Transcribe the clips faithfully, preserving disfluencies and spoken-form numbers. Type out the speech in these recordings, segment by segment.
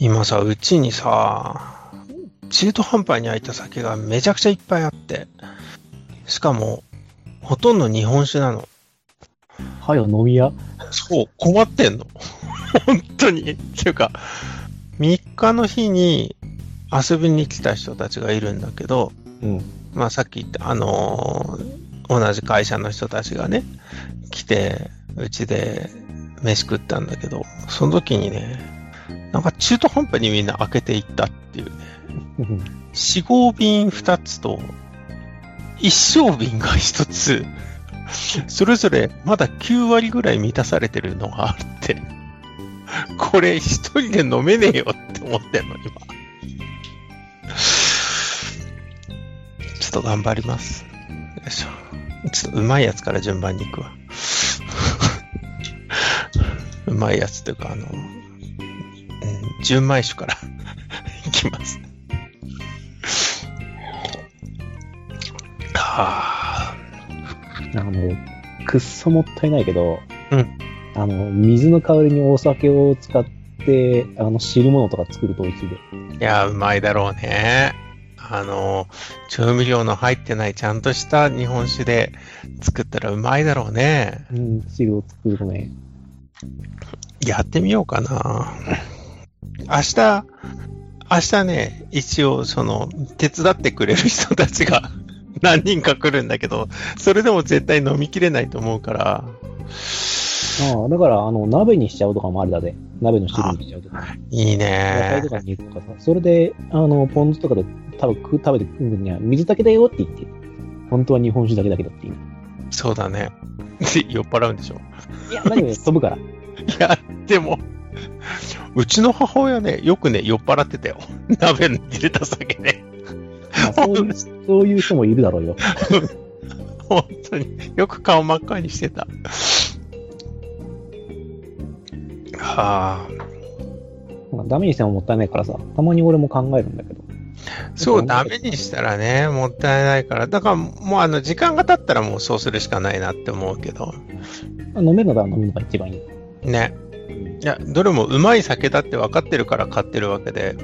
今さ、うちにさ、中途半端に空いた酒がめちゃくちゃいっぱいあって、しかも、ほとんど日本酒なの。 はよ、飲み屋。 そう、困ってんの。本当に。っていうか、みっかの日に遊びに来た人たちがいるんだけど、 うん。 まあさっき言った、あのー同じ会社の人たちがね、来て、うちで飯食ったんだけど、その時にね、なんか中途半端にみんな開けていったっていうね、よん、ごびんふたつと、一升瓶がひとつ、それぞれまだきゅうわりぐらい満たされてるのがあって、これ一人で飲めねえよって思ってんの、今。ちょっと頑張ります。よいしょ。ちょっとうまいやつから順番に行くわ。うまいやつというか、あの、うん、純米酒からいきます。はぁ。あの、くっそもったいないけど、 うん。 あの、水の代わりにお酒を使って、あの、汁物とか作ると美味しいで。 いや、うまいだろうね。あの、調味料の入ってないちゃんとした日本酒で作ったらうまいだろうね。 うん、汁を作るとね。 やってみようかな。明日、明日ね、一応その、手伝ってくれる人たちが何人か来るんだけど、それでも絶対飲みきれないと思うから。 ああ、だから、あの、鍋にしちゃうとかもありだで。鍋の汁にしちゃうとか。 いい野菜ねとか肉とかさ。それで、あの、ポン酢とかで多分食べてくるには水だけだよって言って、本当は日本酒だけだけどっていう。 そうだね。酔っ払うんでしょ。 いや、何も飛ぶから。 いや、でも、うちの母親ね、よくね、酔っ払ってたよ。鍋に入れた酒ね。 まあ、そういう、そういう人もいるだろうよ。 本当に。よく顔真っ赤にしてた。はまあダメにしてももったいないからさ、たまに俺も考えるんだけど。 あ。そう、ダメにしたらね、もったいないから。だからもうあの、時間が経ったらもうそうするしかないなって思うけど。 飲めるのは飲むのが一番いい。 ね。いや、どれもうまい酒だって分かってるから買ってるわけで。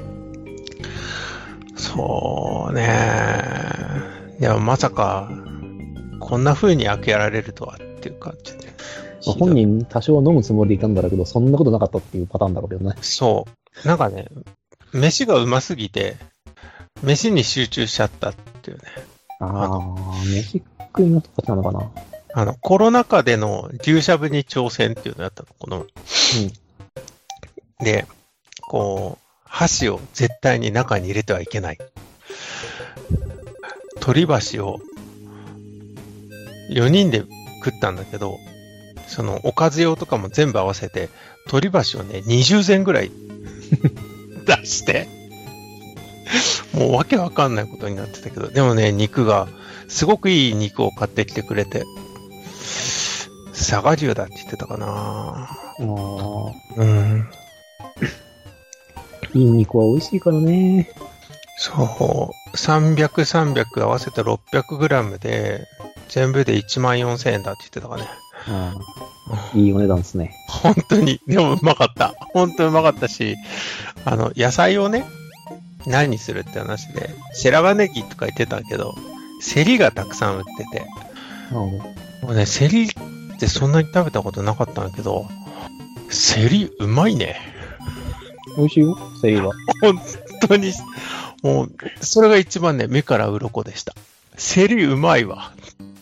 そうね。いや、まさか、こんな風に開けられるとはっていう感じで。 まあ、本人多少飲むつもりでいたんだろうけど、そんなことなかったっていうパターンだろうけどね。 そう。なんかね、飯がうますぎて、飯に集中しちゃったっていうね。 ああ、飯食いのとかなのかな。 あの、コロナ禍での牛しゃぶに挑戦っていうのやったの、この。うん。で、こう、箸を絶対に中に入れてはいけない。鶏箸をよにんで食ったんだけど、そのおかず用とかも全部合わせて、鶏箸をね、にじゅうぜんぐらい出して、もうわけわかんないことになってたけど、でもね、肉が、すごくいい肉を買ってきてくれて、佐賀牛だって言ってたかな。 ああ。 うん。 いい肉は美味しいからね。 そう。さんびゃく、さんびゃく合わせてろっぴゃくグラムで、全部でいちまんよんせんえんだって言ってたかね。 ああ。いいお値段ですね。 本当に。でもうまかった。本当にうまかったし、あの、野菜をね、何にするって話で、白髪ネギとか言ってたけど、セリがたくさん売ってて、もうね、セリってそんなに食べたことなかったんだけど、セリうまいね。 美味しいよ、セリは。 本当に、もう、それが一番ね、目から鱗でした。セリうまいわ。って。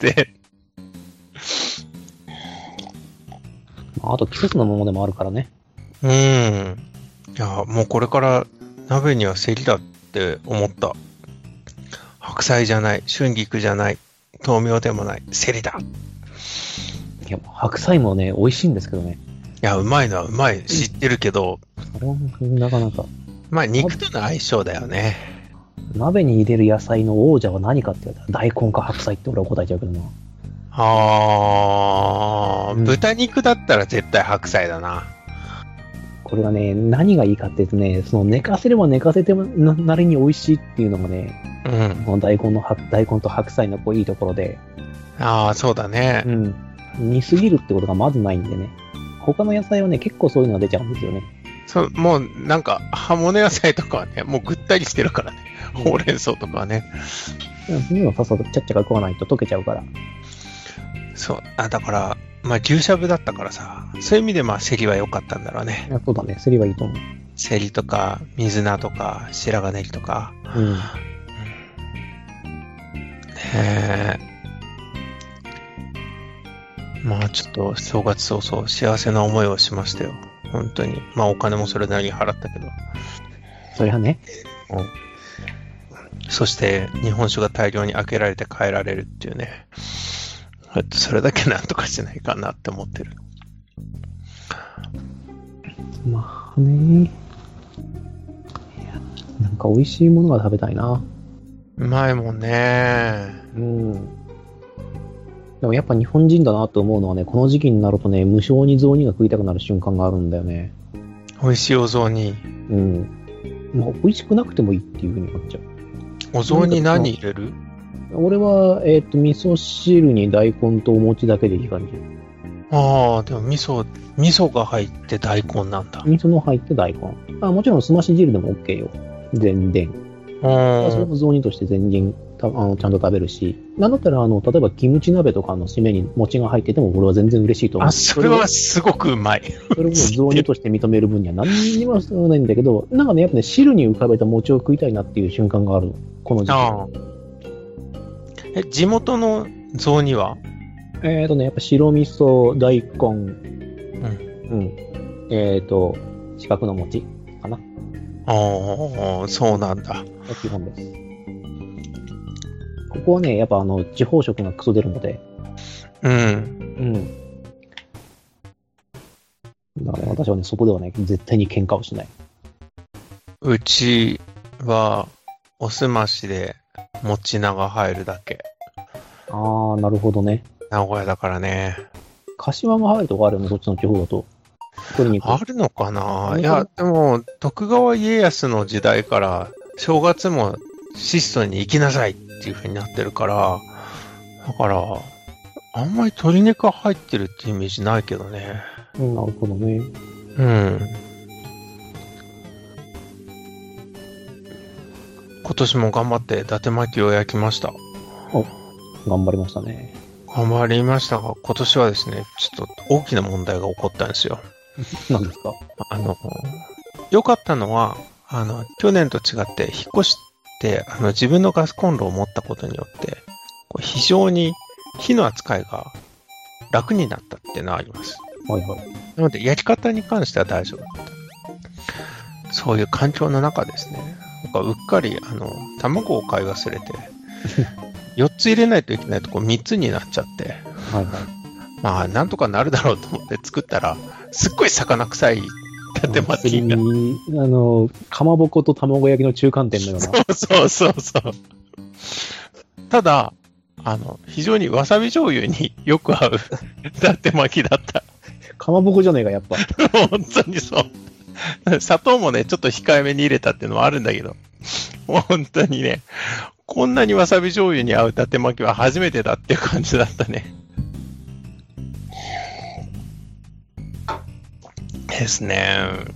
あと季節のものでもあるからね。 うん。いや、もうこれから鍋にはセリだって思った。白菜じゃない、春菊じゃない、豆苗でもない、セリだ。 いや、白菜もね、美味しいんですけどね。 いや、うまいのはうまい、知ってるけど、 それはなかなか。 まあ肉との相性だよね。 鍋に入れる野菜の王者は何かって言われたら大根か白菜って俺は答えちゃうけどな。 あー、 うん、 豚肉だったら絶対白菜だな。 これがね、何がいいかっていうとね、その寝かせれば寝かせてもなりに美味しいっていうのがね、 うん。 この大根の大根と白菜のこういいところで、 ああ、そうだね。 うん。煮すぎるってことがまずないんでね。他の野菜はね、結構そういうのが出ちゃうんですよね。 そもうなんか葉物野菜とかはね、もうぐったりしてるからね。ほうれん草とかはね。 そういうのさっさとちゃっちゃか食わないと溶けちゃうから。 そう。あ、だから、まあ牛しゃぶだったからさ、そういう意味でまあセリは良かったんだろうね。 そうだね。セリはいいと思う。 セリとか、水菜とか、白髪ネギとか。 うん。 へえ。まあちょっと正月早々幸せな思いをしましたよ。本当に。まあお金もそれなりに払ったけど。 そりゃね。 うん。そして日本酒が大量に開けられて帰られるっていうね。それだけなんとかしないかなって思ってる。 まあね。なんか美味しいものが食べたいな。 うまいもんね。 うん。でもやっぱ日本人だなと思うのはね、この時期になるとね、無性に雑煮が食いたくなる瞬間があるんだよね。 美味しいお雑煮。 うん。まあ美味しくなくてもいいっていう風に思っちゃう。 お雑煮何入れる？ 俺は、えっと、味噌汁に大根とお餅だけでいい感じ。 ああ、でも味噌、味噌が入って大根なんだ。 味噌の入って大根。あ、もちろんすまし汁でも OK よ。全然。 うん。 それも雑煮として全然たあのちゃんと食べるし。なんだったら、あの、例えばキムチ鍋とかの締めに餅が入ってても俺は全然嬉しいと思う。 あ、それはすごくうまい。 それも雑煮として認める分には何にもないんだけど、なんかね、やっぱね、汁に浮かべた餅を食いたいなっていう瞬間がある。この時期。 ああ。え、地元の雑煮は？ えっとね、やっぱ白味噌、大根、 うん。 うん。えっと、四角の餅かな。 ああ、そうなんだ。 基本です。ここはね、やっぱあの、地方食がクソ出るので。 うん。うん。 だから、ね、私はね、そこではね、絶対に喧嘩をしない。 うちは、おすましで、もち菜が入るだけ。 ああ、なるほどね。 名古屋だからね。 柏が入るとこあるよね、そっちの地方だと。 あるのかないや、でも、徳川家康の時代から、正月も質素に行きなさいっていう風になってるから、だから、あんまり鶏肉が入ってるってイメージないけどね。 うん、なるほどね。 うん。今年も頑張って伊達巻きを焼きました。 お、頑張りましたね。 頑張りましたが、今年はですね、ちょっと大きな問題が起こったんですよ。 何ですか？ あの、良かったのは、あの、去年と違って引っ越して、あの、自分のガスコンロを持ったことによって、こう非常に火の扱いが楽になったっていうのはあります。 はいはい。 なので、焼き方に関しては大丈夫だった。そういう環境の中ですね、なんかうっかり、あの、卵を買い忘れて、よっつ入れないといけないとこみっつになっちゃって、 はいはい。 まあ、なんとかなるだろうと思って作ったら、すっごい魚臭い伊達巻きが。 あの、かまぼこと卵焼きの中間点のような。 そうそうそうそう。ただ、あの、非常にわさび醤油によく合う伊達巻きだった。 かまぼこじゃねえか、やっぱ。 本当にそう。砂糖もね、ちょっと控えめに入れたっていうのはあるんだけど、本当にね、こんなにわさび醤油に合う伊達巻きは初めてだっていう感じだったね。ですね。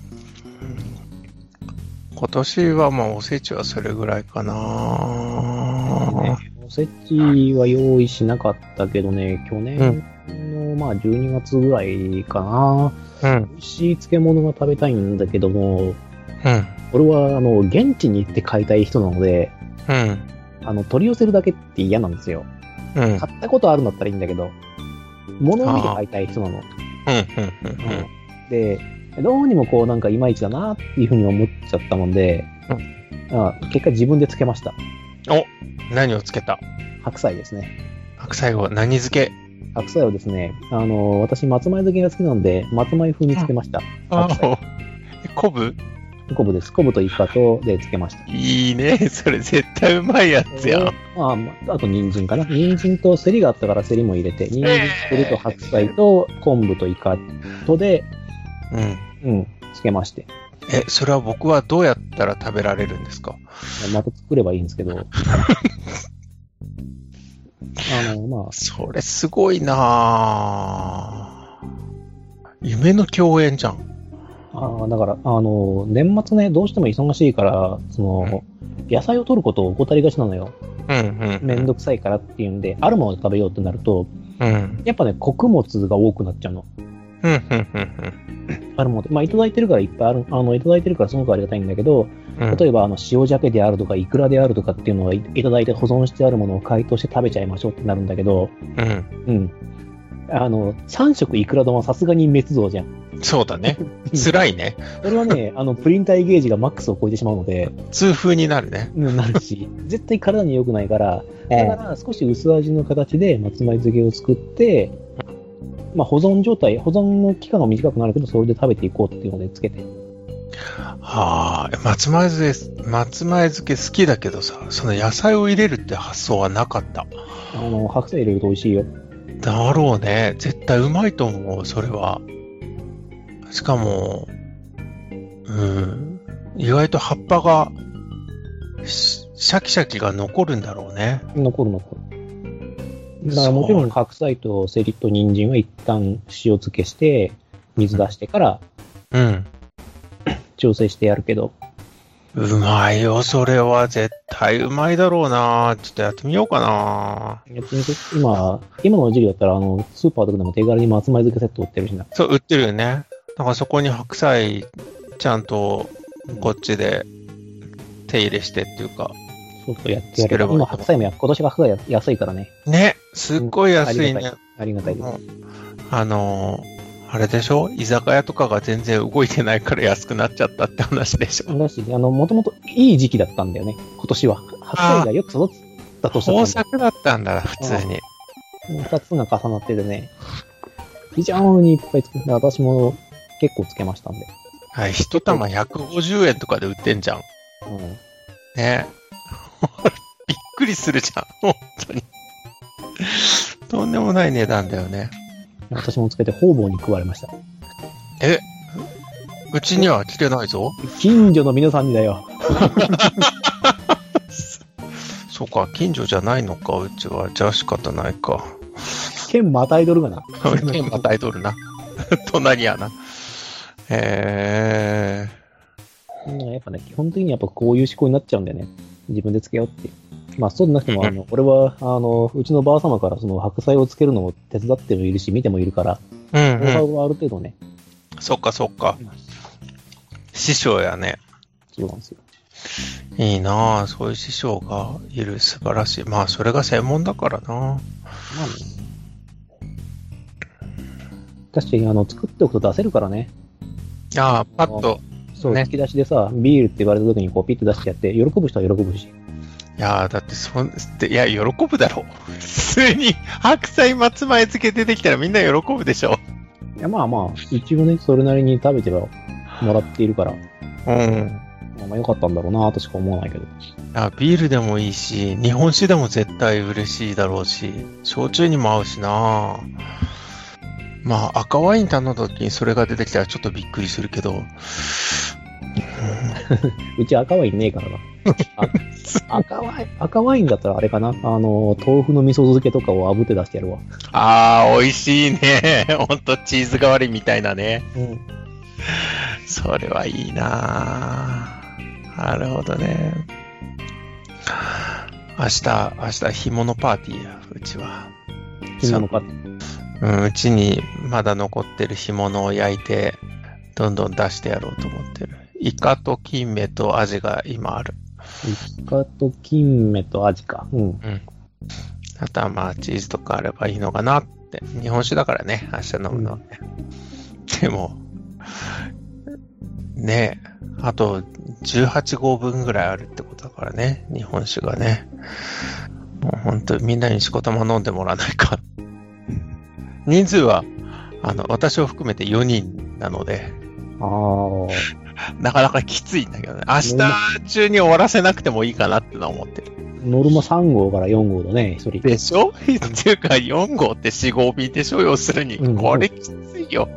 今年はまあおせちはそれぐらいかな、 ね、おせちは用意しなかったけどね、去年のまあじゅうにがつぐらいかな、うん、美味しい漬物が食べたいんだけども、うん、俺はあの現地に行って買いたい人なので、うん、あの取り寄せるだけって嫌なんですよ、うん、買ったことあるんだったらいいんだけど、物を見て買いたい人なの。で、どうにもこうなんかいまいちだなっていうふうに思っちゃったもんで、うん、あ結果自分で漬けました。 お、何を漬けた？ 白菜ですね。 白菜を何漬け？ 白菜をですね、あの、私松前漬けが好きなんで、松前風に漬けました。 うん、ああ、昆布？ 昆布です。昆布とイカとで漬けました。 いいね。それ絶対うまいやつやん。 ああ、あと人参かな。人参とセリがあったからセリも入れて、人参、セリと白菜と昆布とイカとで、うん。うん。漬けまして。 え、それは僕はどうやったら食べられるんですか？ また作ればいいんですけど。あの、まあ。 それすごいなぁ。夢の共演じゃん。 ああ、だから、あの、年末ね、どうしても忙しいから、その、うん、野菜を取ることを怠りがちなのよ。 うんうんうん、 めんどくさいからっていうんで、あるものを食べようってなると、 うん、やっぱね、穀物が多くなっちゃうの。 うんうんうんうん、 あるもので、まあ、いただいてるからいっぱいある、あの、いただいてるからすごくありがたいんだけど、うん、例えば、あの、塩鮭であるとか、イクラであるとかっていうのをいただいて保存してあるものを解凍して食べちゃいましょうってなるんだけど、 うん。 うん。あの、さん食イクラ丼はさすがに滅亡じゃん。 そうだね。辛いね。 それはね、あの、プリン体ゲージがマックスを超えてしまうので。 痛風になるね。 うん、なるし、絶対体に良くないから、だから少し薄味の形で松前漬けを作って、まあ保存状態、保存の期間が短くなるけど、それで食べていこうっていうのでつけて。 はあ、松前漬け、松前漬け好きだけどさ、その野菜を入れるって発想はなかった。 あの、白菜入れると美味しいよ。 だろうね。絶対うまいと思う、それは。しかも、うん、意外と葉っぱが、シャキシャキが残るんだろうね。 残る残る。だからもちろん白菜とセリと人参は一旦塩漬けして、水出してから、 うん。 調整してやるけど。 うまいよ、それは絶対うまいだろうな。ちょっとやってみようかな。 やってみて。今、今の時期だったら、あの、スーパーとかでも手軽に松前漬けセット売ってるしな。 そう、売ってるよね。だからそこに白菜、ちゃんと、こっちで手入れしてっていうか。 そうそう、やってやれば。今、白菜もや、今年は白菜安いからね。 ね、すっごい安いね。 ありがたいです。 あのー、あれでしょ、居酒屋とかが全然動いてないから安くなっちゃったって話でしょ。 だし、あの、もともといい時期だったんだよね、今年は。白菜がよく育った年だったんだ。 豊作だったんだ、普通に。 二つが重なっててね、非常にいっぱい作って、私も結構つけましたんで。 はい、一玉ひゃくごじゅうえんとかで売ってんじゃん。うん。ねびっくりするじゃん、本当に。とんでもない値段だよね。 私もつけて方々に食われました。 え、うちには来てないぞ。 近所の皆さんにだよ。 そうか、近所じゃないのか、うちは。じゃあ仕方ないか。 県またいどるがな。 県またいどるな。隣やな。へー。やっぱね、基本的にやっぱこういう思考になっちゃうんだよね。自分でつけようっていう。まあそうでなくても、あの、俺は、あの、うちのばあ様からその白菜をつけるのを手伝ってもいるし、見てもいるから、 うん、うん。 ノウハウはある程度ね。 そっかそっか。師匠やね。 そうなんですよ。 いいなぁ、そういう師匠がいる、素晴らしい。まあそれが専門だからな。まあね。 確かに、あの、作っておくと出せるからね。 ああ、パッと。 そう、ね、突き出しでさ、ビールって言われた時にこうピッて出してやって、喜ぶ人は喜ぶし。 いやー、だってそん、いや、喜ぶだろう。普通に白菜松前漬け出てきたらみんな喜ぶでしょ。 いや、まあまあ、一応ね、それなりに食べてはもらっているから。 うん。 まあ良かったんだろうなとしか思わないけど。 あ、ビールでもいいし、日本酒でも絶対嬉しいだろうし、焼酎にも合うしな。まあ、赤ワイン頼んだ時にそれが出てきたらちょっとびっくりするけど。うん、 うち赤ワインねえからな。赤ワイン、赤ワインだったらあれかな、あの、豆腐の味噌漬けとかを炙って出してやるわ。 あー、美味しいね。ほんとチーズ代わりみたいなね。 うん。 それはいいなぁ。なるほどね。明日、明日、干物パーティーや、うちは。 干物パーティー。 うん、うちにまだ残ってる干物を焼いて、どんどん出してやろうと思ってる。イカと金目とアジが今ある。 イカと金目とアジか。うん。うん。 あとはまあチーズとかあればいいのかなって。日本酒だからね、明日飲むのはね。うん、でも、ねえ、あとじゅうはちごうぶんぐらいあるってことだからね、日本酒がね。もう本当みんなに仕事も飲んでもらわないか。人数は、あの、私を含めてよにんなので。 ああ。 なかなかきついんだけどね。明日中に終わらせなくてもいいかなってのは思ってる。 ノルマさんごうからよんごうだね、一人。 でしょっていうかよんごうってよん、ごびんでしょ、要するに。うん、これきついよ。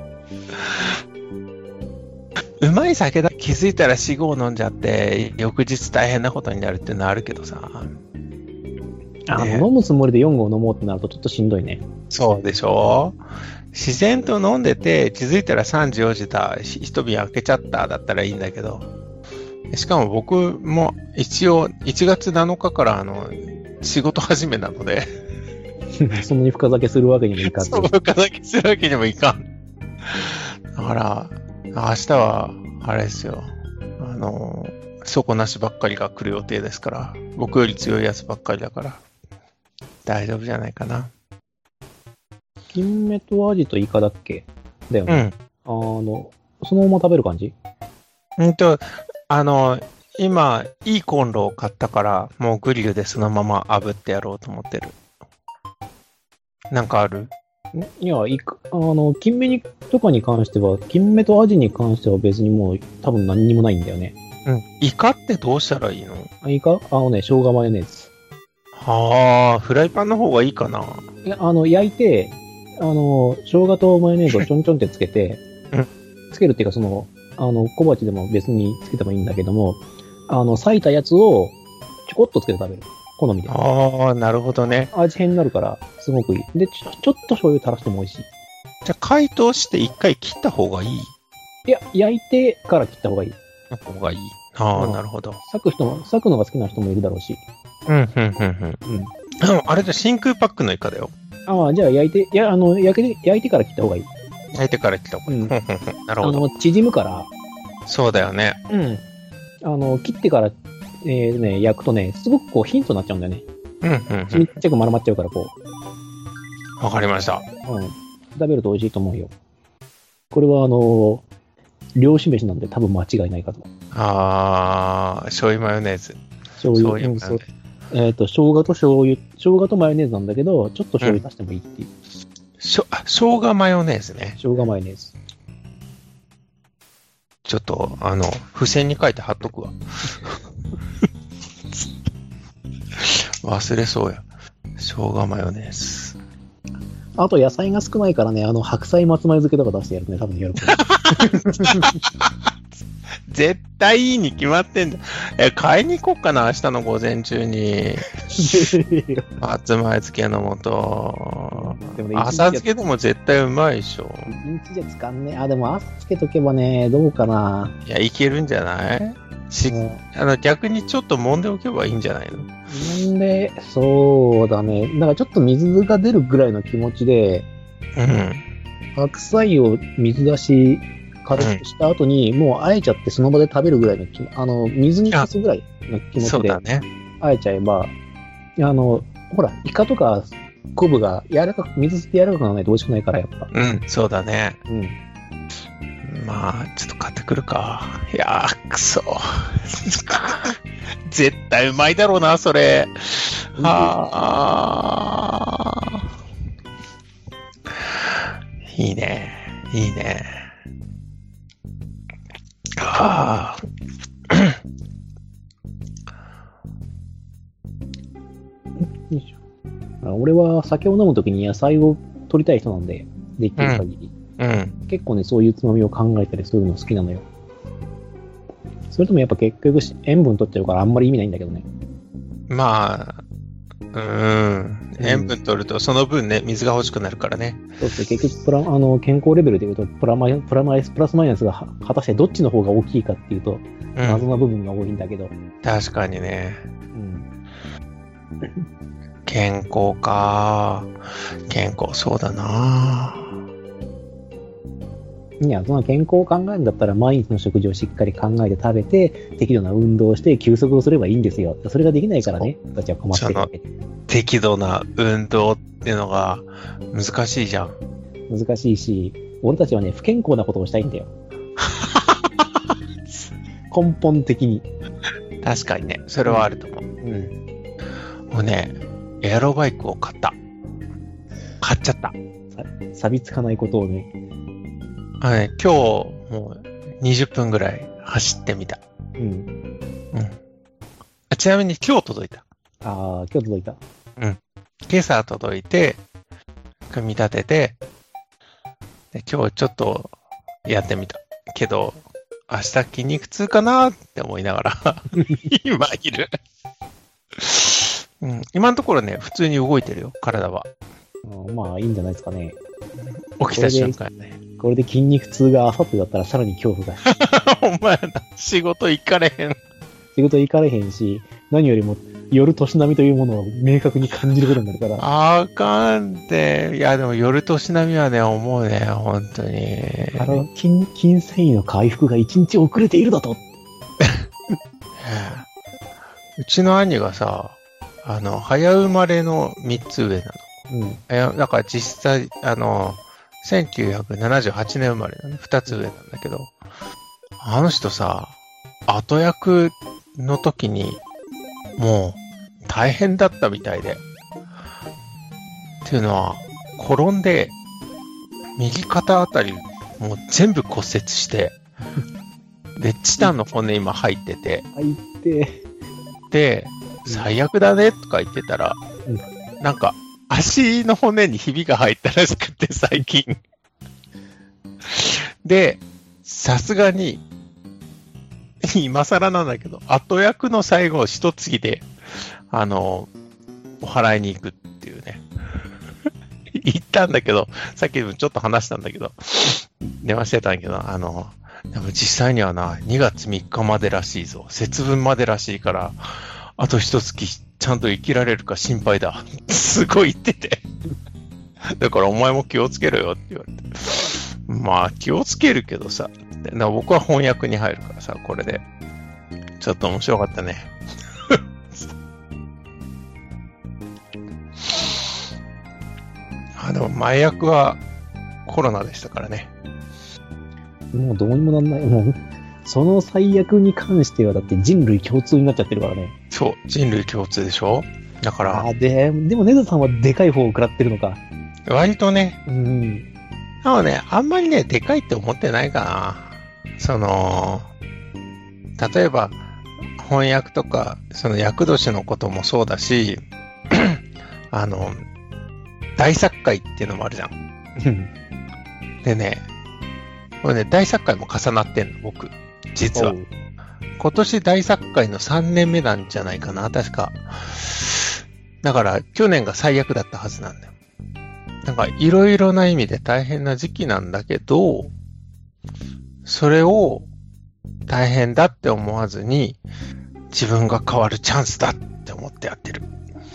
うまい酒だ気づいたらよん、ごう飲んじゃって、翌日大変なことになるっていうのはあるけどさ。 あの飲むつもりでよんごう飲もうってなるとちょっとしんどいね。 そうでしょ。自然と飲んでて気づいたらさんじよじだ、一瓶開けちゃっただったらいいんだけど、しかも僕も一応いちがつなのかからあの仕事始めなのでそんなに深酒するわけにもいかん。 そう、深酒するわけにもいかん。だから明日はあれですよ、あの底なしばっかりが来る予定ですから、僕より強いやつばっかりだから大丈夫じゃないかな。 金目とアジとイカだっけだよね。うん。あの、そのまま食べる感じ？ うんと、あの、今、いいコンロを買ったから、もうグリルでそのまま炙ってやろうと思ってる。なんかある？ いや、イカ、あの、金目にとかに関しては、金目とアジに関しては別にもう多分何にもないんだよね。 うん。イカってどうしたらいいの？ あ、イカ？あのね、生姜マヨネーズ。 はあ、フライパンの方がいいかな。 いや、あの、焼いて、あの、生姜とマヨネーズをちょんちょんってつけて、 うん、 つけるっていうか、その、あの、小鉢でも別につけてもいいんだけども、あの、裂いたやつをちょこっとつけて食べる。好みで。 ああ、なるほどね。 味変になるから、すごくいい。で、ちょ、ちょっと醤油垂らしても美味しい。 じゃあ、解凍して一回切った方がいい？ いや、焼いてから切った方がいい。 の方がいい。ああ、なるほど。 裂く人も、裂くのが好きな人もいるだろうし。 うん、うん、うん、うん。うん。あれで真空パックのイカだよ。 ああ、じゃあ焼いて、いや、あの、焼けて、焼いてから切った方がいい。 焼いてから切った方がいい。うん、なるほど。 あの、縮むから。 そうだよね。 うん。あの、切ってから、えー、ね、焼くとね、すごくこう、ヒントになっちゃうんだよね。 うん、うん。 ちっちゃく丸まっちゃうから、こう。わかりました。 うん。食べると美味しいと思うよ。これは、あの、漁師飯なんで多分間違いないかと。 あー、醤油マヨネーズ。 醤油、醤油マヨネーズ。えっ、ー、と、生姜と醤油、生姜とマヨネーズなんだけど、ちょっと醤油足してもいいっていう。うん、 しょ、生姜マヨネーズね。 生姜マヨネーズ。 ちょっと、あの、付箋に書いて貼っとくわ。忘れそうや。生姜マヨネーズ。 あと野菜が少ないからね、あの、白菜松前漬けとか出してやるとね、多分やると思う。 絶対いいに決まってんだ。え、買いに行こっかな、明日の午前中に。松前漬けの素。でもね、朝漬けでも絶対うまいでしょ。 一日じゃつかんねえ。あ、でも朝漬けとけばね、どうかな。 いや、いけるんじゃないし、あの、逆にちょっと揉んでおけばいいんじゃないの？ 揉んで、そうだね。だからちょっと水が出るぐらいの気持ちで、 うん。 白菜を水出し、軽くした後に、うん、もうあえちゃってその場で食べるぐらいの気、あの、水に足すぐらいの気持ちで、ね、あえちゃえば、あの、ほら、イカとか昆布が柔らかく、水吸って柔らかくならないと美味しくないから、やっぱ。 うん、そうだね。 うん。 まあ、ちょっと買ってくるか。いやー、くそ。絶対うまいだろうな、それ。はあ。いいね。いいね。はあ。 俺は酒を飲むときに野菜を取りたい人なんで、できる限り。 うんうん、 結構ね、そういうつまみを考えたりするの好きなのよ。それともやっぱ結局塩分取っちゃうからあんまり意味ないんだけどね。 まあ、うーん。塩分取るとその分ね、水が欲しくなるからね。 そうですね。結局プラ、あの、健康レベルで言うと、プラマイ、プラマイ、プラスマイナスが果たしてどっちの方が大きいかっていうと、うん、謎な部分が多いんだけど。 確かにね。 うん。 健康か。健康そうだな。 いや、その健康を考えるんだったら毎日の食事をしっかり考えて食べて、適度な運動をして休息をすればいいんですよ。それができないからね、私は困ってるわけ。 適度な運動っていうのが難しいじゃん。 難しいし、俺たちはね、不健康なことをしたいんだよ。根本的に。 確かにね、それはあると思う。うん。もうね、エアロバイクを買った。買っちゃった。 さ、錆びつかないことをね。 あのね、今日もうにじゅっぷんぐらい走ってみた。 うん。うん。 あ、ちなみに今日届いた。 ああ、今日届いた。 うん。今朝届いて、組み立てて、で今日ちょっとやってみた。けど、明日筋肉痛かなって思いながら、今いる。 うん。今のところね、普通に動いてるよ、体は。 うん、まあ、いいんじゃないですかね。 起きた瞬間ね。 これで筋肉痛があさってだったらさらに恐怖が。 お前な、仕事行かれへん。 仕事行かれへんし、何よりも夜年波というものを明確に感じることになるから。 あかんで。いや、でも夜年波はね、思うね、本当に。 あの、筋、筋繊維の回復が一日遅れているだと。 うちの兄がさ、あの、早生まれのみっつ上なの。うん。いや、だから実際、あの、せんきゅうひゃくななじゅうはちねん生まれのね、ふたつ上なんだけど、あの人さ、後役の時に、もう、大変だったみたいで。っていうのは、転んで、右肩あたり、もう全部骨折して、で、チタンの骨今入ってて、 入って、 で、最悪だねとか言ってたら、うん、なんか、足の骨にひびが入ったらしくて、最近。で、さすがに、今更なんだけど、後役の最後、一継ぎで、あの、お祓いに行くっていうね。行ったんだけど、さっきもちょっと話したんだけど、電話してたんだけど、あの、でも実際にはな、にがつみっかまでらしいぞ。節分までらしいから、あと一月ちゃんと生きられるか心配だ。すごい言ってて。だからお前も気をつけろよって言われて。まあ気をつけるけどさ。僕は翻訳に入るからさ、これで。ちょっと面白かったね。あ、でも前役はコロナでしたからね。 もうどうにもなんない。もう、その最悪に関してはだって人類共通になっちゃってるからね。 そう、人類共通でしょ。だから。 あで、でもネズさんはでかい方を食らってるのか。 割とね。 うん。 でもね、あんまりね、でかいって思ってないかな。その、例えば、翻訳とか、その役年のこともそうだし、あの、大作会っていうのもあるじゃん。でね、これね、大作会も重なってんの、僕。実は。今年大作会のさんねんめなんじゃないかな、確か。だから、去年が最悪だったはずなんだよ。なんか、いろいろな意味で大変な時期なんだけど、それを大変だって思わずに、自分が変わるチャンスだって思ってやってる。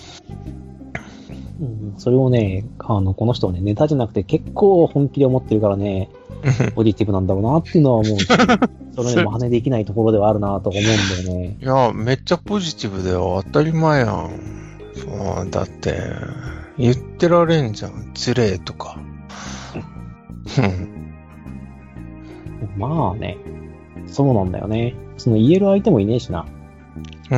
うん、それをね、あの、この人はね、ネタじゃなくて結構本気で思ってるからね、ポジティブなんだろうなっていうのは思うし、それでも真似できないところではあるなと思うんだよね。 いや、めっちゃポジティブだよ。当たり前やん。そう、だって、言ってられんじゃん。つれえとか。 まあね、そうなんだよね。その言える相手もいねえしな。 うー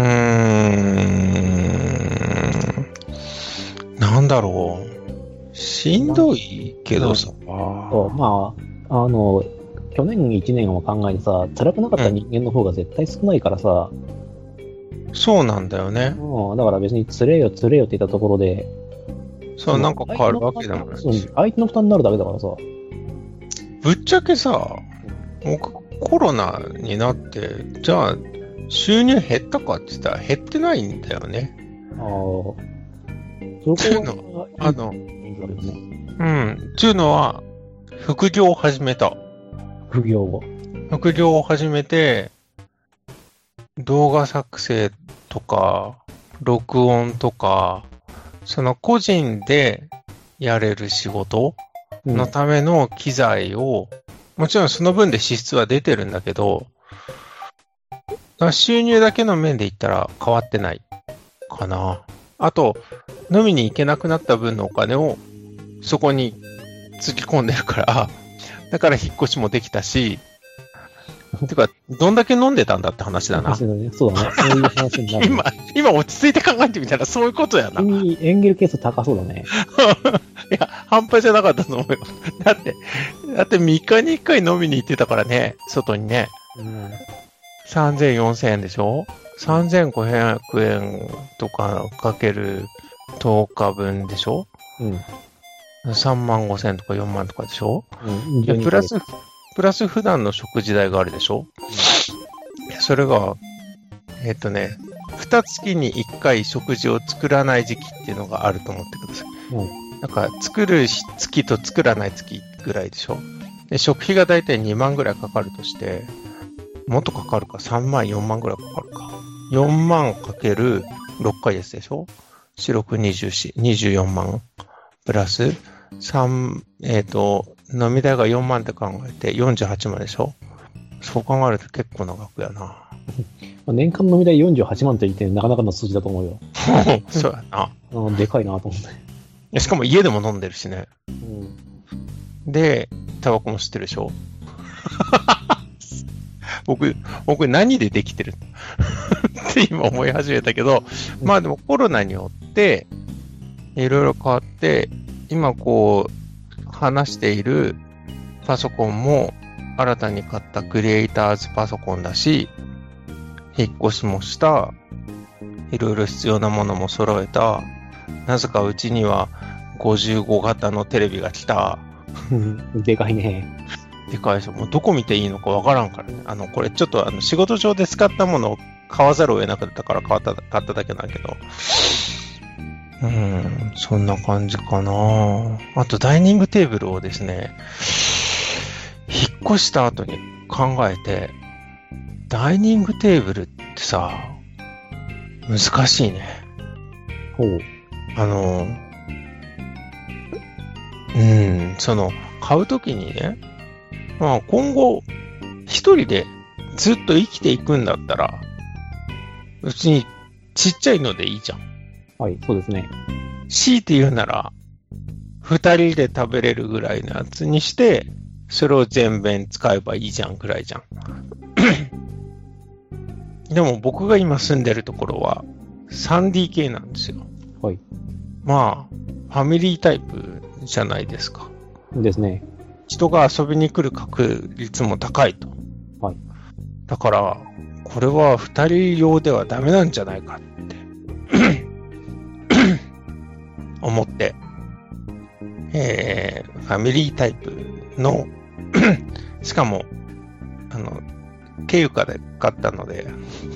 ん。なんだろう。しんどいけどさ。 そう、まあ、あの、去年いちねんを考えてさ、辛くなかった人間の方が絶対少ないからさ。 うん、そうなんだよね。 うん、だから別につれえよつれえよって言ったところで。 そう、なんか変わるわけでもないし。 相手の負担になるだけだからさ。 ぶっちゃけさ、僕コロナになって、じゃあ、収入減ったかって言ったら減ってないんだよね。 ああ。そこは、あの、うん。っていうのは、副業を始めた。 副業を副業を始めて、動画作成とか、録音とか、その個人でやれる仕事のための機材を、うん、もちろんその分で支出は出てるんだけど、収入だけの面で言ったら変わってないかな。あと、飲みに行けなくなった分のお金をそこに突き込んでるから、だから引っ越しもできたし、てか、どんだけ飲んでたんだって話だな。 そうだね。そうだね。そういう話になる、 今、今落ち着いて考えてみたらそういうことやな。 エンゲル係数高そうだね。 いや、半端じゃなかったと思うよ。だって、だってみっかにいっかい飲みに行ってたからね、外にね。うん、さんぜん、よんせんえんでしょ ?さんぜんごひゃくえんとかかけるとおかぶんでしょうん。さんまんごせんとかよんまんとかでしょうん。プラス、プラス普段の食事代があるでしょ、うん、それが、えっとね、 二月に一回食事を作らない時期っていうのがあると思ってください。うん、なんか作る月と作らない月ぐらいでしょ。で食費がだいたいにまんぐらいかかるとして、もっとかかるか、さんまん、よんまんぐらいかかるか。よんまんかけるろっかいですでしょ。よん、ろく、にじゅうよん、にじゅうよんまん。プラス、さん、えっと、飲み代がよんまんって考えてよんじゅうはちまんでしょ。そう考えると結構な額やな。 年間飲み代よんじゅうはちまんって言ってなかなかの数字だと思うよ。 そうやな。 うん、でかいなと思って。 しかも家でも飲んでるしね。 うん、 で、タバコも吸ってるでしょ。僕、僕何でできてるって今思い始めたけど、まあでもコロナによっていろいろ変わって、今こう話しているパソコンも新たに買ったクリエイターズパソコンだし、引っ越しもした、いろいろ必要なものも揃えた、なぜかうちにはごじゅうご型のテレビが来た。 でかいね。 でかいでしょ。もうどこ見ていいのかわからんからね。あの、これちょっとあの仕事上で使ったものを買わざるを得なかったから買った、買っただけなんだけど。うーん、そんな感じかな。あとダイニングテーブルをですね、引っ越した後に考えて、ダイニングテーブルってさ、難しいね。 ほう。 あの、うん、その、買うときにね、まあ今後、一人でずっと生きていくんだったら、うちにちっちゃいのでいいじゃん。 はい、そうですね。 強いて言うなら、二人で食べれるぐらいのやつにして、それを全面使えばいいじゃんぐらいじゃん。でも僕が今住んでるところは スリーディーケー なんですよ。 はい。 まあ、ファミリータイプじゃないですか。 ですね。 人が遊びに来る確率も高いと。 はい。 だから、これは二人用ではダメなんじゃないかって思って、えー、ファミリータイプのしかも、あの、経由価で買ったので、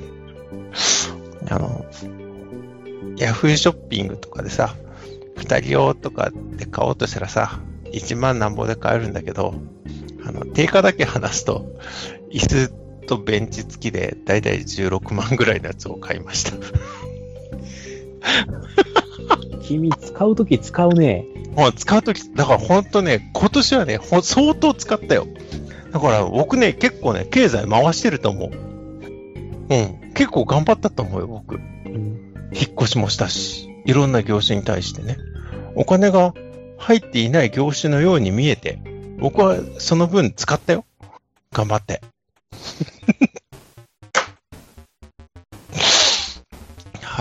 あの、ヤフーショッピングとかでさ、二人用とかで買おうとしたらさ、いちまんなんぼで買えるんだけど、あの、定価だけ話すと、椅子とベンチ付きでだいたいじゅうろくまんぐらいのやつを買いました。 君、使うとき使うね。 もう使うとき、だからほんとね、今年はね、ほ相当使ったよ。だから僕ね、結構ね、経済回してると思う。うん。結構頑張ったと思うよ、僕。うん、引っ越しもしたし、いろんな業種に対してね。お金が入っていない業種のように見えて、僕はその分使ったよ。頑張って。はい。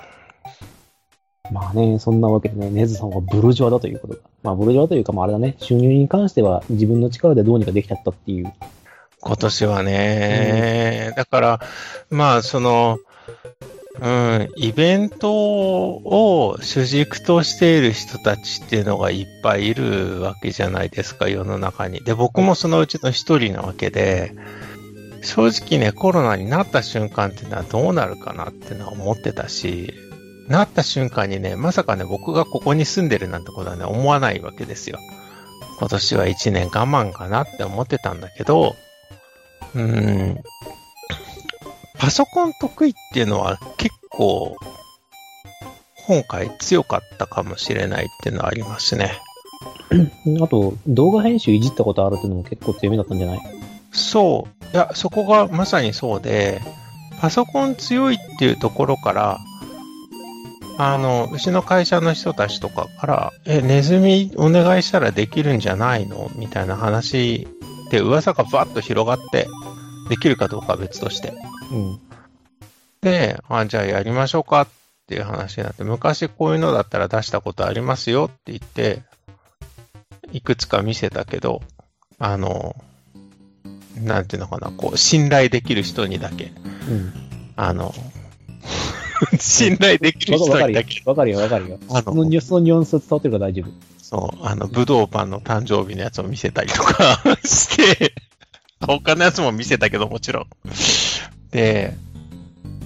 まあね、そんなわけでね、ネズさんはブルジョワだということだ。まあブルジョワというか、まああれだね、収入に関しては自分の力でどうにかできちゃったっていう。 今年はね、うん、だから、まあその、うん、イベントを主軸としている人たちっていうのがいっぱいいるわけじゃないですか、世の中に。で、僕もそのうちの一人なわけで、正直ね、コロナになった瞬間っていうのはどうなるかなっていうのは思ってたし、なった瞬間にね、まさかね、僕がここに住んでるなんてことはね、思わないわけですよ。今年は一年我慢かなって思ってたんだけど、うーん、パソコン得意っていうのは結構、今回強かったかもしれないっていうのはありますね。 あと、動画編集いじったことあるっていうのも結構強みだったんじゃない？ そう。いや、そこがまさにそうで、パソコン強いっていうところから、あの、うちの会社の人たちとかから、え、ネズミお願いしたらできるんじゃないのみたいな話で噂がバッと広がって、できるかどうかは別として。 うん。 で、あ、じゃあやりましょうかっていう話になって、昔こういうのだったら出したことありますよって言って、いくつか見せたけど、あの、なんていうのかな、こう、信頼できる人にだけ、 うん、 あの、信頼できる人にだけ。 わかるよ、わかるよ。あの、そのニュアンス伝わってるから大丈夫。 そう、あの、ブドウパンの誕生日のやつを見せたりとかして、他のやつも見せたけどもちろん。で、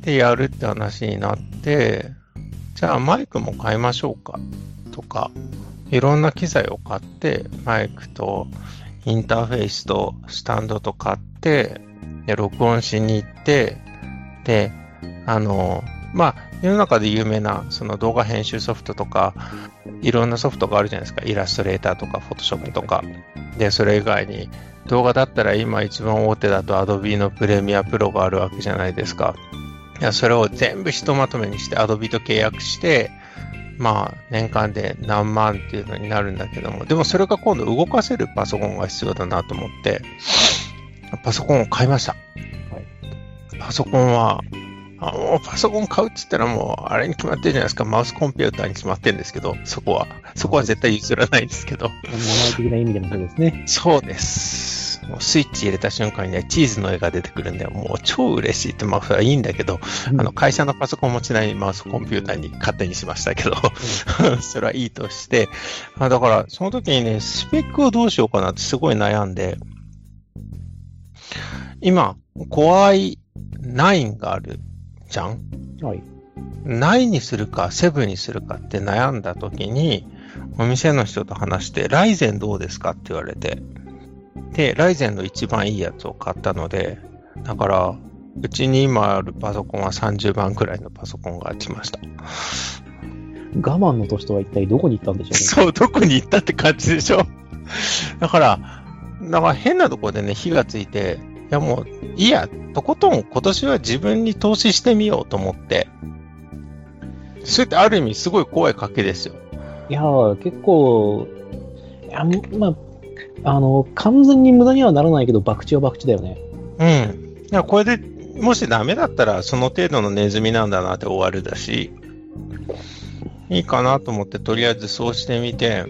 でやるって話になって、じゃあマイクも買いましょうかとか、いろんな機材を買って、マイクとインターフェースとスタンドと買って、で、録音しに行って、で、あの、まあ、世の中で有名なその動画編集ソフトとか、いろんなソフトがあるじゃないですか。イラストレーターとか、フォトショップとか。で、それ以外に、動画だったら今一番大手だと Adobe のプレミアプロがあるわけじゃないですか。いや、それを全部ひとまとめにして Adobe と契約して、まあ、年間で何万っていうのになるんだけども、でもそれが今度動かせるパソコンが必要だなと思って、パソコンを買いました。はい、パソコンは、あもうパソコン買うって言ったらもうあれに決まってるじゃないですか。マウスコンピューターに決まってるんですけど、そこは。そこは絶対譲らないですけど。 マナー的な意味でもそうですね。 そうです。もうスイッチ入れた瞬間にね、チーズの絵が出てくるんで、もう超嬉しいって、まあそれはいいんだけど、うん、あの会社のパソコン持ちないマウスコンピューターに勝手にしましたけど、うん、それはいいとして、あだからその時にね、スペックをどうしようかなってすごい悩んで、今、Core アイナイン があるじゃん、はい、ナインにするかセブンにするかって悩んだ時にお店の人と話してライゼンどうですかって言われて、でライゼンの一番いいやつを買ったので、だからうちに今あるパソコンはさんじゅうまんくらいのパソコンが来ました。 我慢の年とは一体どこに行ったんでしょうね。 そう、どこに行ったって感じでしょ。だからだから変なところでね火がついて、いやもういいや、とことん今年は自分に投資してみようと思って、それってある意味すごい怖い賭けですよ。 いやー結構、いやまあ、あの、完全に無駄にはならないけど、博打は博打だよね。 うん。いやこれでもしダメだったらその程度のネズミなんだなって終わるだし、いいかなと思ってとりあえずそうしてみて、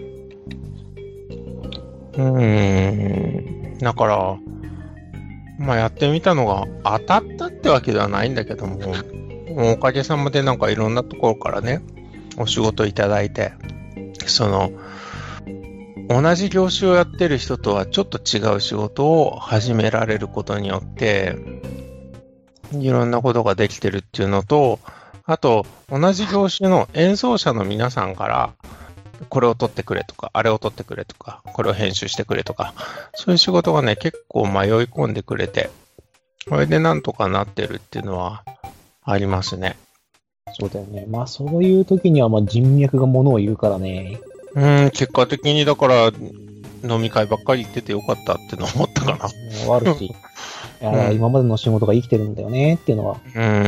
うーん、だから、まあやってみたのが当たったってわけではないんだけども、おかげさまでなんかいろんなところからね、お仕事いただいて、その、同じ業種をやってる人とはちょっと違う仕事を始められることによって、いろんなことができてるっていうのと、あと、同じ業種の演奏者の皆さんから、これを取ってくれとか、あれを取ってくれとか、これを編集してくれとか、そういう仕事がね、結構迷い込んでくれて、これでなんとかなってるっていうのはありますね。 そうだよね。まあそういう時にはまあ人脈がものを言うからね。 うん、結果的にだから飲み会ばっかり行っててよかったっての思ったかな。 あるし、いや、うん、今までの仕事が生きてるんだよねっていうのは。うん、うん。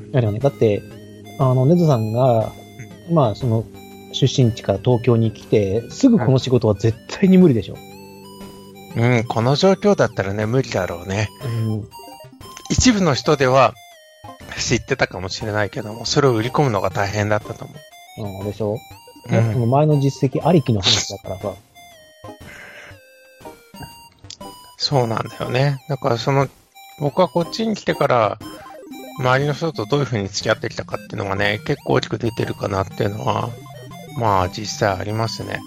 あるよね。だって、あの、ネズさんが、まあその、出身地から東京に来て、すぐこの仕事は絶対に無理でしょ。 うん、この状況だったらね、無理だろうね。うん、一部の人では知ってたかもしれないけども、それを売り込むのが大変だったと思う。うん、でしょ。うん、その前の実績ありきの話だからさ。 そうなんだよね。だからその、僕はこっちに来てから、周りの人とどういう風に付き合ってきたかっていうのがね、結構大きく出てるかなっていうのは、まあ実際ありますね。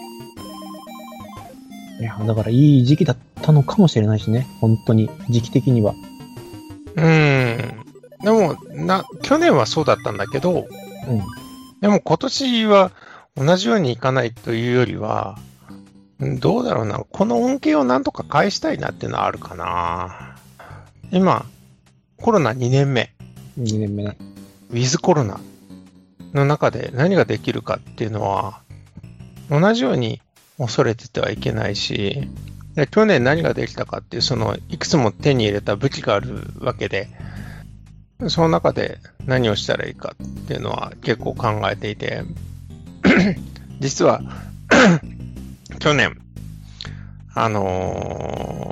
いや、だからいい時期だったのかもしれないしね。本当に、時期的には。 うーん。でも、な、去年はそうだったんだけど、うん。でも今年は同じようにいかないというよりは、どうだろうな。この恩恵をなんとか返したいなっていうのはあるかな。今、コロナにねんめ。 にねんめね。 ウィズコロナの中で何ができるかっていうのは、同じように恐れててはいけないし、で去年何ができたかっていう、そのいくつも手に入れた武器があるわけで、その中で何をしたらいいかっていうのは結構考えていて、実は去年、あの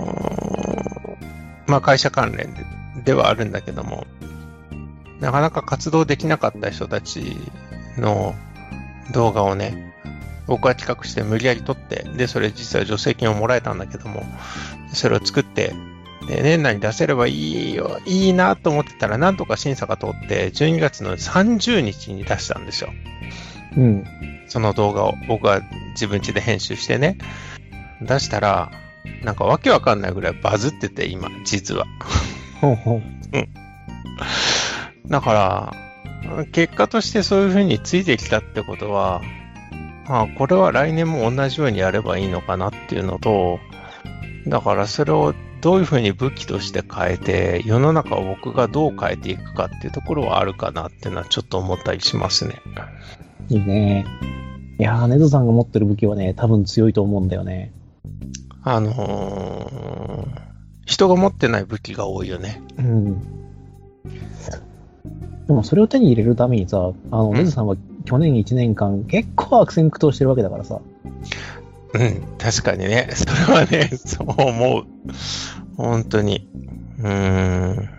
ー、まあ会社関連で、ではあるんだけども、なかなか活動できなかった人たちの動画をね、僕は企画して無理やり撮って、で、それ実は助成金をもらえたんだけども、それを作って、で、年内に出せればいいよ、いいなと思ってたら、なんとか審査が通って、じゅうにがつのさんじゅうにちに出したんですよ。うん。その動画を僕は自分家で編集してね、出したら、なんかわけわかんないぐらいバズってて、今、実は。ほうほう。うん。 だから、結果としてそういう風についてきたってことは、まあ、これは来年も同じようにやればいいのかなっていうのと、だからそれをどういう風に武器として変えて、世の中を僕がどう変えていくかっていうところはあるかなっていうのはちょっと思ったりしますね。 いいね。いやー、ネズさんが持ってる武器はね、多分強いと思うんだよね。 あのー、人が持ってない武器が多いよね。 うん。でもそれを手に入れるためにさ、あの、うん、ネズさんは去年いちねんかん結構悪戦苦闘してるわけだからさ。 うん、確かにね。それはね、そう思う。本当に。うーん。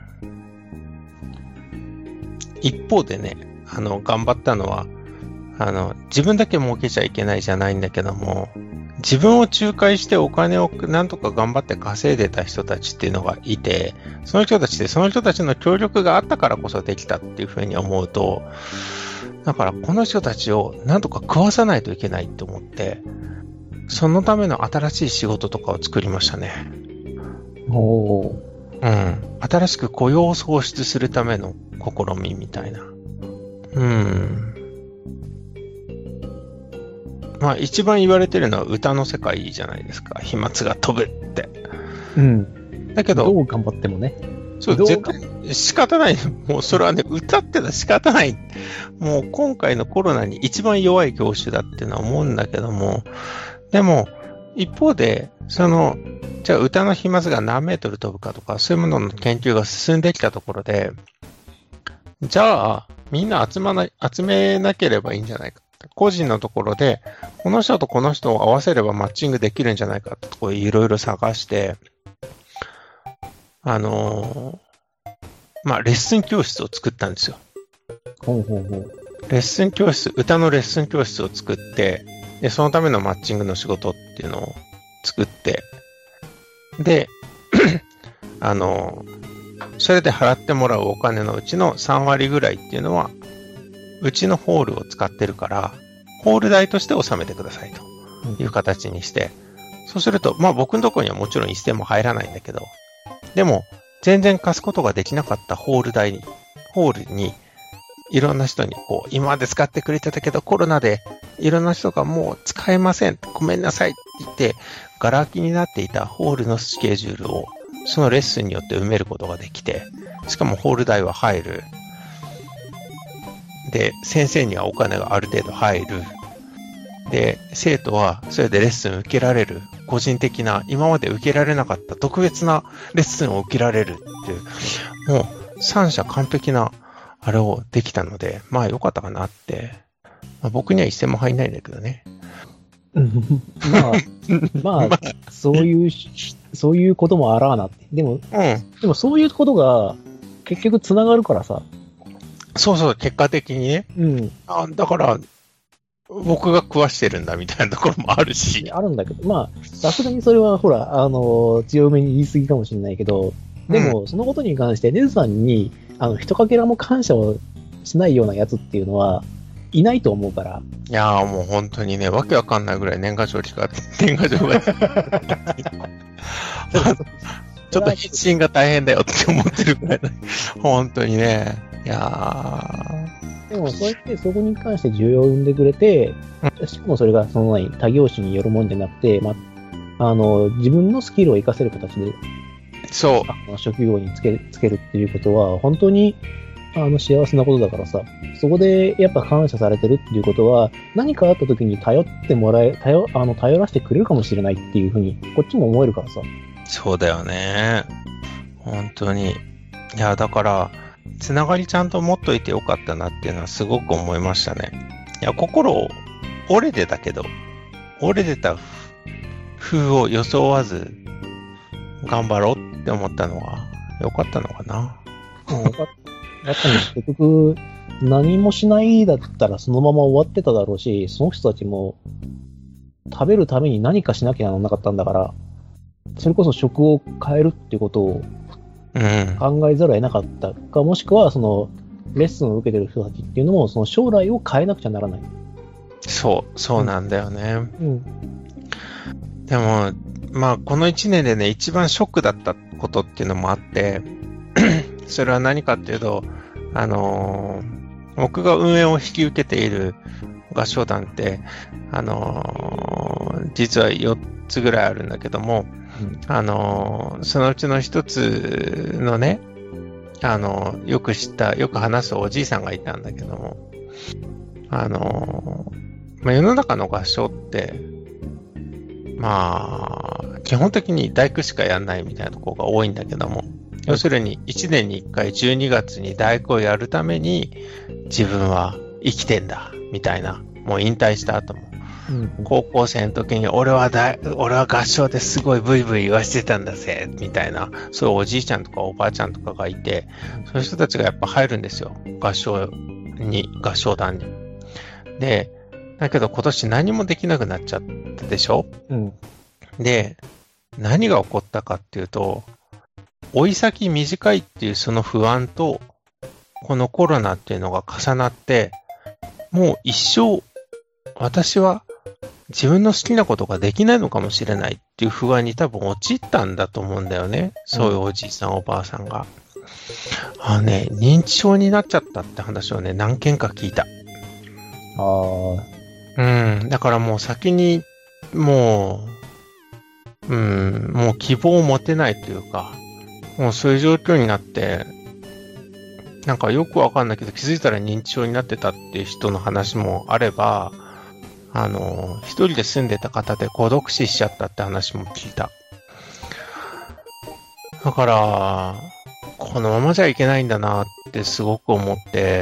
一方でね、あの、頑張ったのは、あの、自分だけ儲けちゃいけないじゃないんだけども、自分を仲介してお金をなんとか頑張って稼いでた人たちっていうのがいて、その人たちってその人たちの協力があったからこそできたっていうふうに思うと、だからこの人たちをなんとか食わさないといけないと思って、そのための新しい仕事とかを作りましたね。 おー。 うん。新しく雇用を創出するための試みみたいな。うん。まあ一番言われてるのは歌の世界じゃないですか。飛沫が飛ぶって。 うん。 だけど、 どう頑張ってもね。 そう、絶対仕方ない。もうそれはね、歌ってのは仕方ない。もう今回のコロナに一番弱い業種だっていうのは思うんだけども、でも一方で、その、じゃあ歌の飛沫が何メートル飛ぶかとか、そういうものの研究が進んできたところで、じゃあみんな集まな、集めなければいいんじゃないか。個人のところで、この人とこの人を合わせればマッチングできるんじゃないかってところいろいろ探して、あのー、まあ、レッスン教室を作ったんですよ。 ほうほうほう。 レッスン教室、歌のレッスン教室を作って、で、そのためのマッチングの仕事っていうのを作って、で、あのー、それで払ってもらうお金のうちのさんわりぐらいっていうのは、うちのホールを使ってるから、ホール代として納めてくださいという形にして、うん、そうすると、まあ僕のところにはもちろん一銭も入らないんだけど、でも全然貸すことができなかったホール代に、ホールにいろんな人にこう、今まで使ってくれてたけどコロナでいろんな人がもう使えません、ごめんなさいって言って、ガラ空きになっていたホールのスケジュールをそのレッスンによって埋めることができて、しかもホール代は入る。で、先生にはお金がある程度入る。で、生徒はそれでレッスン受けられる。個人的な、今まで受けられなかった特別なレッスンを受けられるっていう、もう三者完璧なあれをできたので、まあ良かったかなって。まあ、僕には一銭も入んないんだけどね。 まあ、まあ、まあ、そういう、そういうこともあらあなって。でも、うん、でもそういうことが結局つながるからさ。 そうそう、結果的にね。 うん。 あ、だから、僕が食わしてるんだみたいなところもあるし。 あるんだけど、まあ、さすがにそれはほら、あの、強めに言い過ぎかもしれないけど、でも、うん、そのことに関して、ネズさんに、あの、一かけらも感謝をしないようなやつっていうのは、いないと思うから。 いやーもう本当にね、わけわかんないぐらい年賀状が、年賀状が。ちょっと返信が大変だよって思ってるぐらい、本当にね。いやーでもそうやってそこに関して需要を生んでくれて、うん、しかもそれがその何他業種によるもんじゃなくて、まあ、あの自分のスキルを活かせる形でそうあの職業につけ、つけるっていうことは本当にあの幸せなことだからさ、そこでやっぱ感謝されてるっていうことは何かあった時に頼ってもらえ頼あの頼らせてくれるかもしれないっていうふうにこっちも思えるからさ。 そうだよね、本当に。いやだからつながりちゃんと持っといてよかったなっていうのはすごく思いましたね。いや、心折れてたけど、折れてた風を装わず頑張ろうって思ったのはよかったのかな。 うん、よかった。やっぱり結局何もしないだったらそのまま終わってただろうし、その人たちも食べるために何かしなきゃならなかったんだから、それこそ食を変えるっていうことを考えざるを得なかったか、もしくはそのレッスンを受けてる人たちっていうのもその将来を変えなくちゃならない。 そうそうなんだよね、うん、でもまあこのいちねんでね一番ショックだったことっていうのもあってそれは何かっていうと、 あのー、僕が運営を引き受けている合唱団って、あのー、実はよっつぐらいあるんだけども、うん、あのー、そのうちのひとつのね、あのー、よく知った、よく話すおじいさんがいたんだけども、あのー、まあ、世の中の合唱って、まあ、基本的に大工しかやんないみたいなところが多いんだけども、要するにいちねんにいっかいじゅうにがつに大工をやるために自分は生きてんだみたいな、もう引退した後も、うん、高校生の時に俺は大俺は合唱ですごいブイブイ言わしてたんだぜみたいな、そういうおじいちゃんとかおばあちゃんとかがいて、そういう人たちがやっぱ入るんですよ、合唱に合唱団に。でだけど今年何もできなくなっちゃったでしょ、うん、で何が起こったかっていうと、追い先短いっていうその不安とこのコロナっていうのが重なって、もう一生私は自分の好きなことができないのかもしれないっていう不安に多分陥ったんだと思うんだよね、そういうおじいさん、うん、おばあさんが。あのね、認知症になっちゃったって話をね、何件か聞いた。 ああ。 うん、だからもう先にもう、うん、もう希望を持てないというか、もうそういう状況になって、なんかよくわかんないけど気づいたら認知症になってたっていう人の話もあれば、あの、一人で住んでた方で孤独死しちゃったって話も聞いた。だから、このままじゃいけないんだなってすごく思って、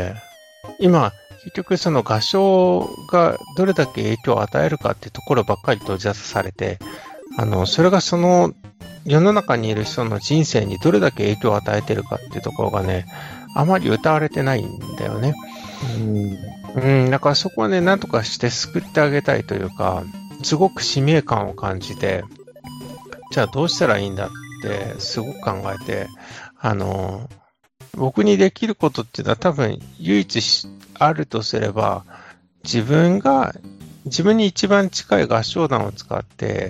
今、結局その合唱がどれだけ影響を与えるかっていうところばっかり閉じ出されて、あの、それがその世の中にいる人の人生にどれだけ影響を与えてるかっていうところがね、あまり歌われてないんだよね。うん。うん、だからそこはね、なんとかして救ってあげたいというか、すごく使命感を感じて、じゃあどうしたらいいんだってすごく考えて、あの、僕にできることっていうのは多分唯一あるとすれば、自分が、自分に一番近い合唱団を使って、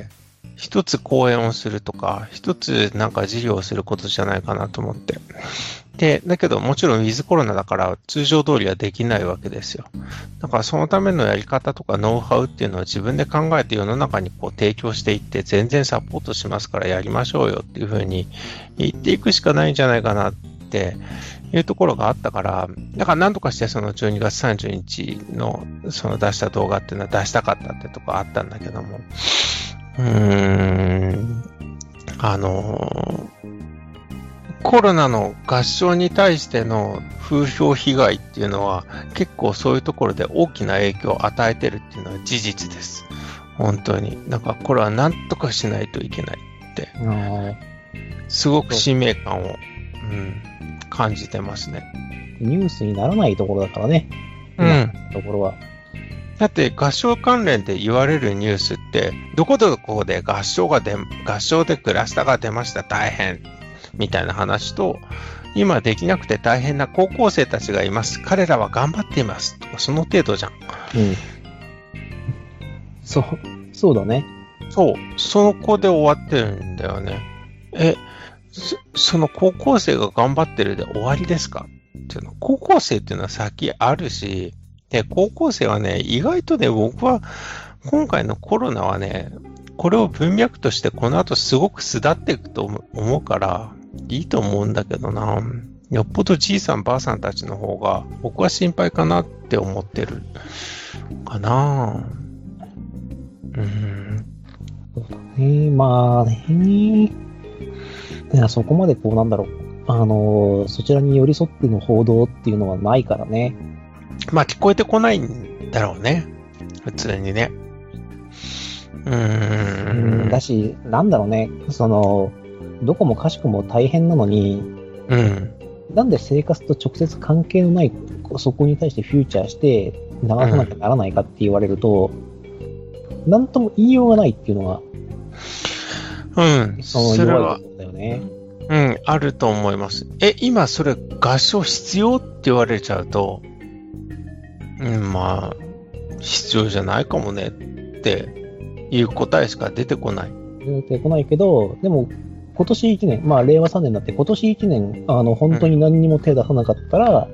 一つ講演をするとか、一つなんか授業をすることじゃないかなと思って。で、だけどもちろんウィズコロナだから通常通りはできないわけですよ。だからそのためのやり方とかノウハウっていうのは自分で考えて世の中にこう提供していって全然サポートしますからやりましょうよっていうふうに言っていくしかないんじゃないかなっていうところがあったから、だから何とかしてそのじゅうにがつさんじゅうにちのその出した動画っていうのは出したかったってとこあったんだけども、うーん、あのー、コロナの合唱に対しての風評被害っていうのは結構そういうところで大きな影響を与えてるっていうのは事実です。本当に。だからこれは何とかしないといけないって、すごく使命感を、うん、感じてますね。 ニュースにならないところだからね。 うん。 ところは。 だって合唱関連で言われるニュースって、どこどこで合唱が出、合唱でクラスターが出ました、大変。みたいな話と、今できなくて大変な高校生たちがいます。彼らは頑張っています。とか、その程度じゃん。 うん。そう、そうだね。 そう。その子で終わってるんだよね。え、そ, その高校生が頑張ってるで終わりですかっていうの。高校生っていうのは先あるし、で、高校生はね、意外とね、僕は今回のコロナはね、これを文脈としてこの後すごく巣立っていくと思うから、いいと思うんだけどな。よっぽどじいさんばあさんたちの方が僕は心配かなって思ってるかな。うん。 えー、まあね。いや、そこまでこうなんだろう。あの、そちらに寄り添っての報道っていうのはないからね。 まあ聞こえてこないんだろうね。普通にね。うーん。 だし、なんだろうね。その、どこもかしくも大変なのに、 うん。 なんで生活と直接関係のないそこに対してフューチャーして流さなきゃならないかって言われると、うん、なんとも言いようがないっていうのが、 うん。 その弱いところだよね。 うん、あると思います。え、今それ合唱必要って言われちゃうと、うん、まあ、必要じゃないかもねっていう答えしか出てこない。 出てこないけど、でも、今年いちねん、まあ、令和さんねんになって、今年いちねん、あの、本当に何にも手出さなかったら、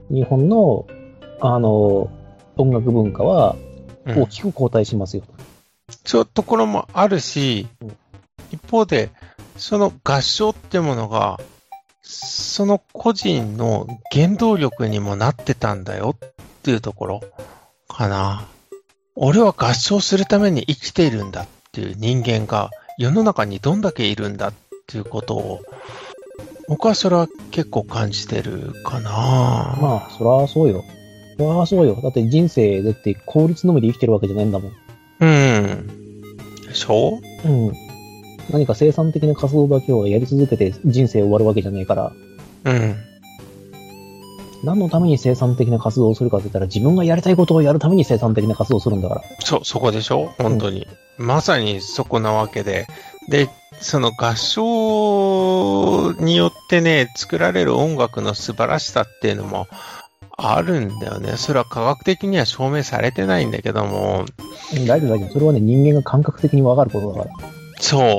日本の、あの、音楽文化は大きく後退しますよ。うん、 そういうところもあるし、うん、一方で、その合唱ってものが、その個人の原動力にもなってたんだよっていうところかな。俺は合唱するために生きているんだっていう人間が世の中にどんだけいるんだっていうことを、僕はそれは結構感じてるかな。 まあ、そらそうよ。そらそうよ。だって人生だって効率のみで生きてるわけじゃないんだもん。 うん。でしょ？ うん。何か生産的な活動だけをやり続けて人生終わるわけじゃねえから。 うん。 何のために生産的な活動をするかって言ったら、自分がやりたいことをやるために生産的な活動をするんだから。 そう、そこでしょ？本当に。うん、まさにそこなわけで。で、その合唱によってね、作られる音楽の素晴らしさっていうのもあるんだよね。それは科学的には証明されてないんだけども。 大丈夫大丈夫。それはね、人間が感覚的にわかることだから。 そう。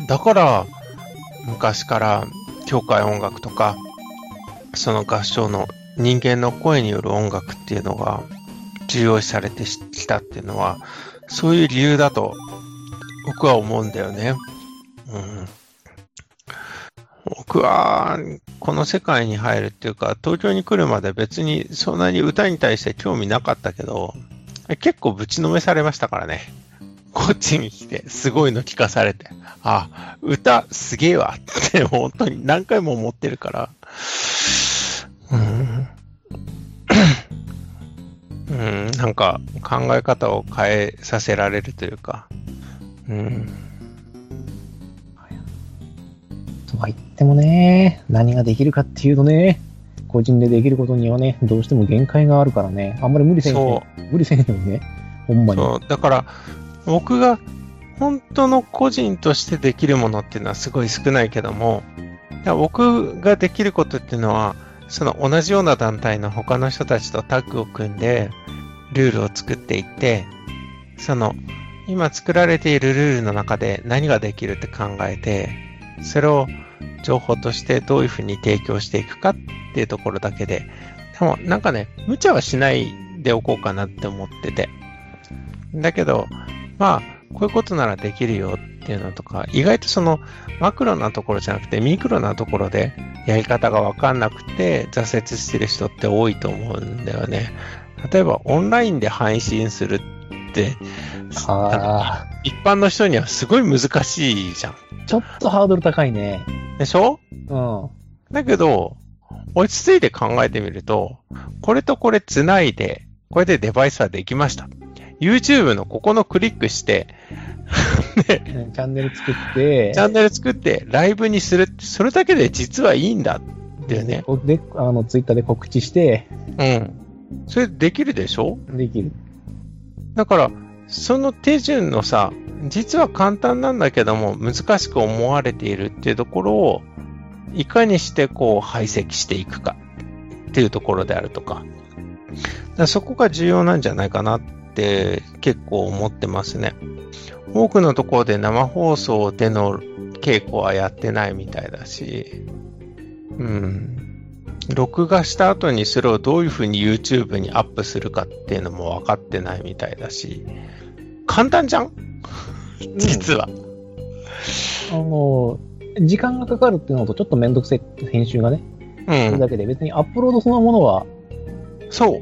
だから、昔から教会音楽とか、その合唱の人間の声による音楽っていうのが重要視されてきたっていうのは、そういう理由だと僕は思うんだよね。うん、僕はこの世界に入るっていうか、東京に来るまで別にそんなに歌に対して興味なかったけど、結構ぶちのめされましたからね。こっちに来てすごいの聞かされて、あ、歌すげえわって本当に何回も思ってるから、うん、うん、なんか考え方を変えさせられるというか、うん。 とは言ってもね、何ができるかっていうとね、個人でできることにはね、どうしても限界があるからね、あんまり無理せんように、無理せんようにね、ほんまに。 そう、だから僕が本当の個人としてできるものっていうのはすごい少ないけども、僕ができることっていうのは、その同じような団体の他の人たちとタッグを組んでルールを作っていって、その今作られているルールの中で何ができるって考えて、それを情報としてどういうふうに提供していくかっていうところだけで、でもなんかね、無茶はしないでおこうかなって思ってて。だけど、まあ、こういうことならできるよっていうのとか、意外とそのマクロなところじゃなくてミクロなところでやり方がわかんなくて挫折してる人って多いと思うんだよね。例えばオンラインで配信するって、 あ一般の人にはすごい難しいじゃん。 ちょっとハードル高いね。 でしょ？ うん。 だけど、落ち着いて考えてみると、これとこれつないで、これでデバイスはできました。YouTube のここのクリックして、 ね、チャンネル作って、 チャンネル作って、ライブにするって、それだけで実はいいんだっていうね。 で、あの、ツイッターで告知して、 うん。それできるでしょ？ できる。 だから、その手順のさ、実は簡単なんだけども、難しく思われているっていうところを、いかにしてこう排斥していくかっていうところであるとか。だからそこが重要なんじゃないかなって結構思ってますね。多くのところで生放送での稽古はやってないみたいだし、うん。録画した後にそれをどういうふうに YouTube にアップするかっていうのも分かってないみたいだし、簡単じゃん実は、 うん。あの、時間がかかるっていうのとちょっとめんどくせえ編集がね。うん。それだけで別にアップロードそのものは。 そう。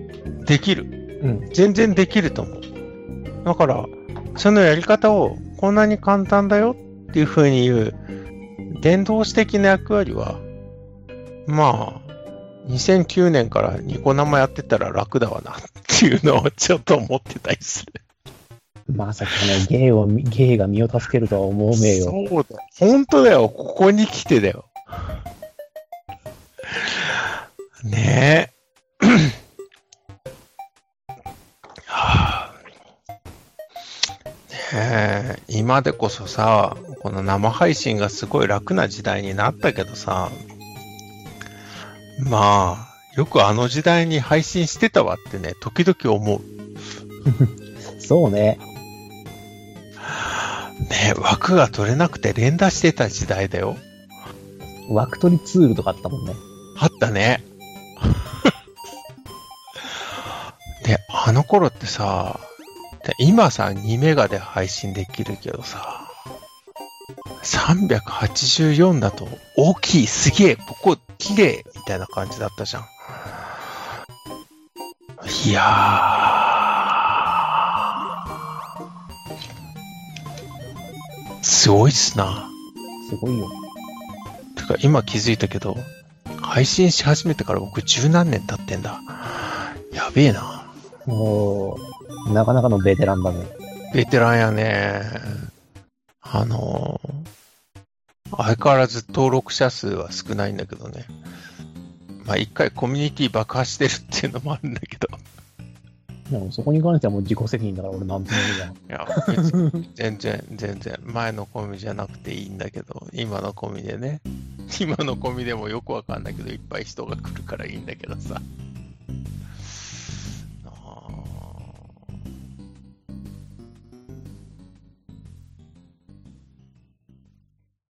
できる。 うん。 全然できると思う。だから、そのやり方をこんなに簡単だよっていうふうに言う伝道師的な役割は、まあ、にせんきゅうねんからニコ生やってたら楽だわなっていうのをちょっと思ってたりする。 まさかね、芸を、芸が身を助けるとは思うめえよ。 そうだ。本当だよ。ここに来てだよ。ねえ。はあ、ねえ。今でこそさ、この生配信がすごい楽な時代になったけどさ、まあ、よくあの時代に配信してたわってね、時々思う。 そうね。 ね、枠が取れなくて連打してた時代だよ。 枠取りツールとかあったもんね。 あったね。 あの頃ってさ、今さ、にメガで配信できるけどさ、さんびゃくはちじゅうよんだと大きい、すげえ、ここ綺麗みたいな感じだったじゃん。いやー、すごいっすな。 すごいよ。 てか今気づいたけど、配信し始めてから僕十何年経ってんだ。やべえな。 もう、なかなかのベテランだね。 ベテランやね。あのー、相変わらず登録者数は少ないんだけどね。まあ一回コミュニティ爆破してるっていうのもあるんだけど。 でもそこに関してはもう自己責任だから俺なんとも言うじゃん。いや、別に全然、全然、前のコミじゃなくていいんだけど、今のコミでね。今のコミでもよくわかんないけど、いっぱい人が来るからいいんだけどさ。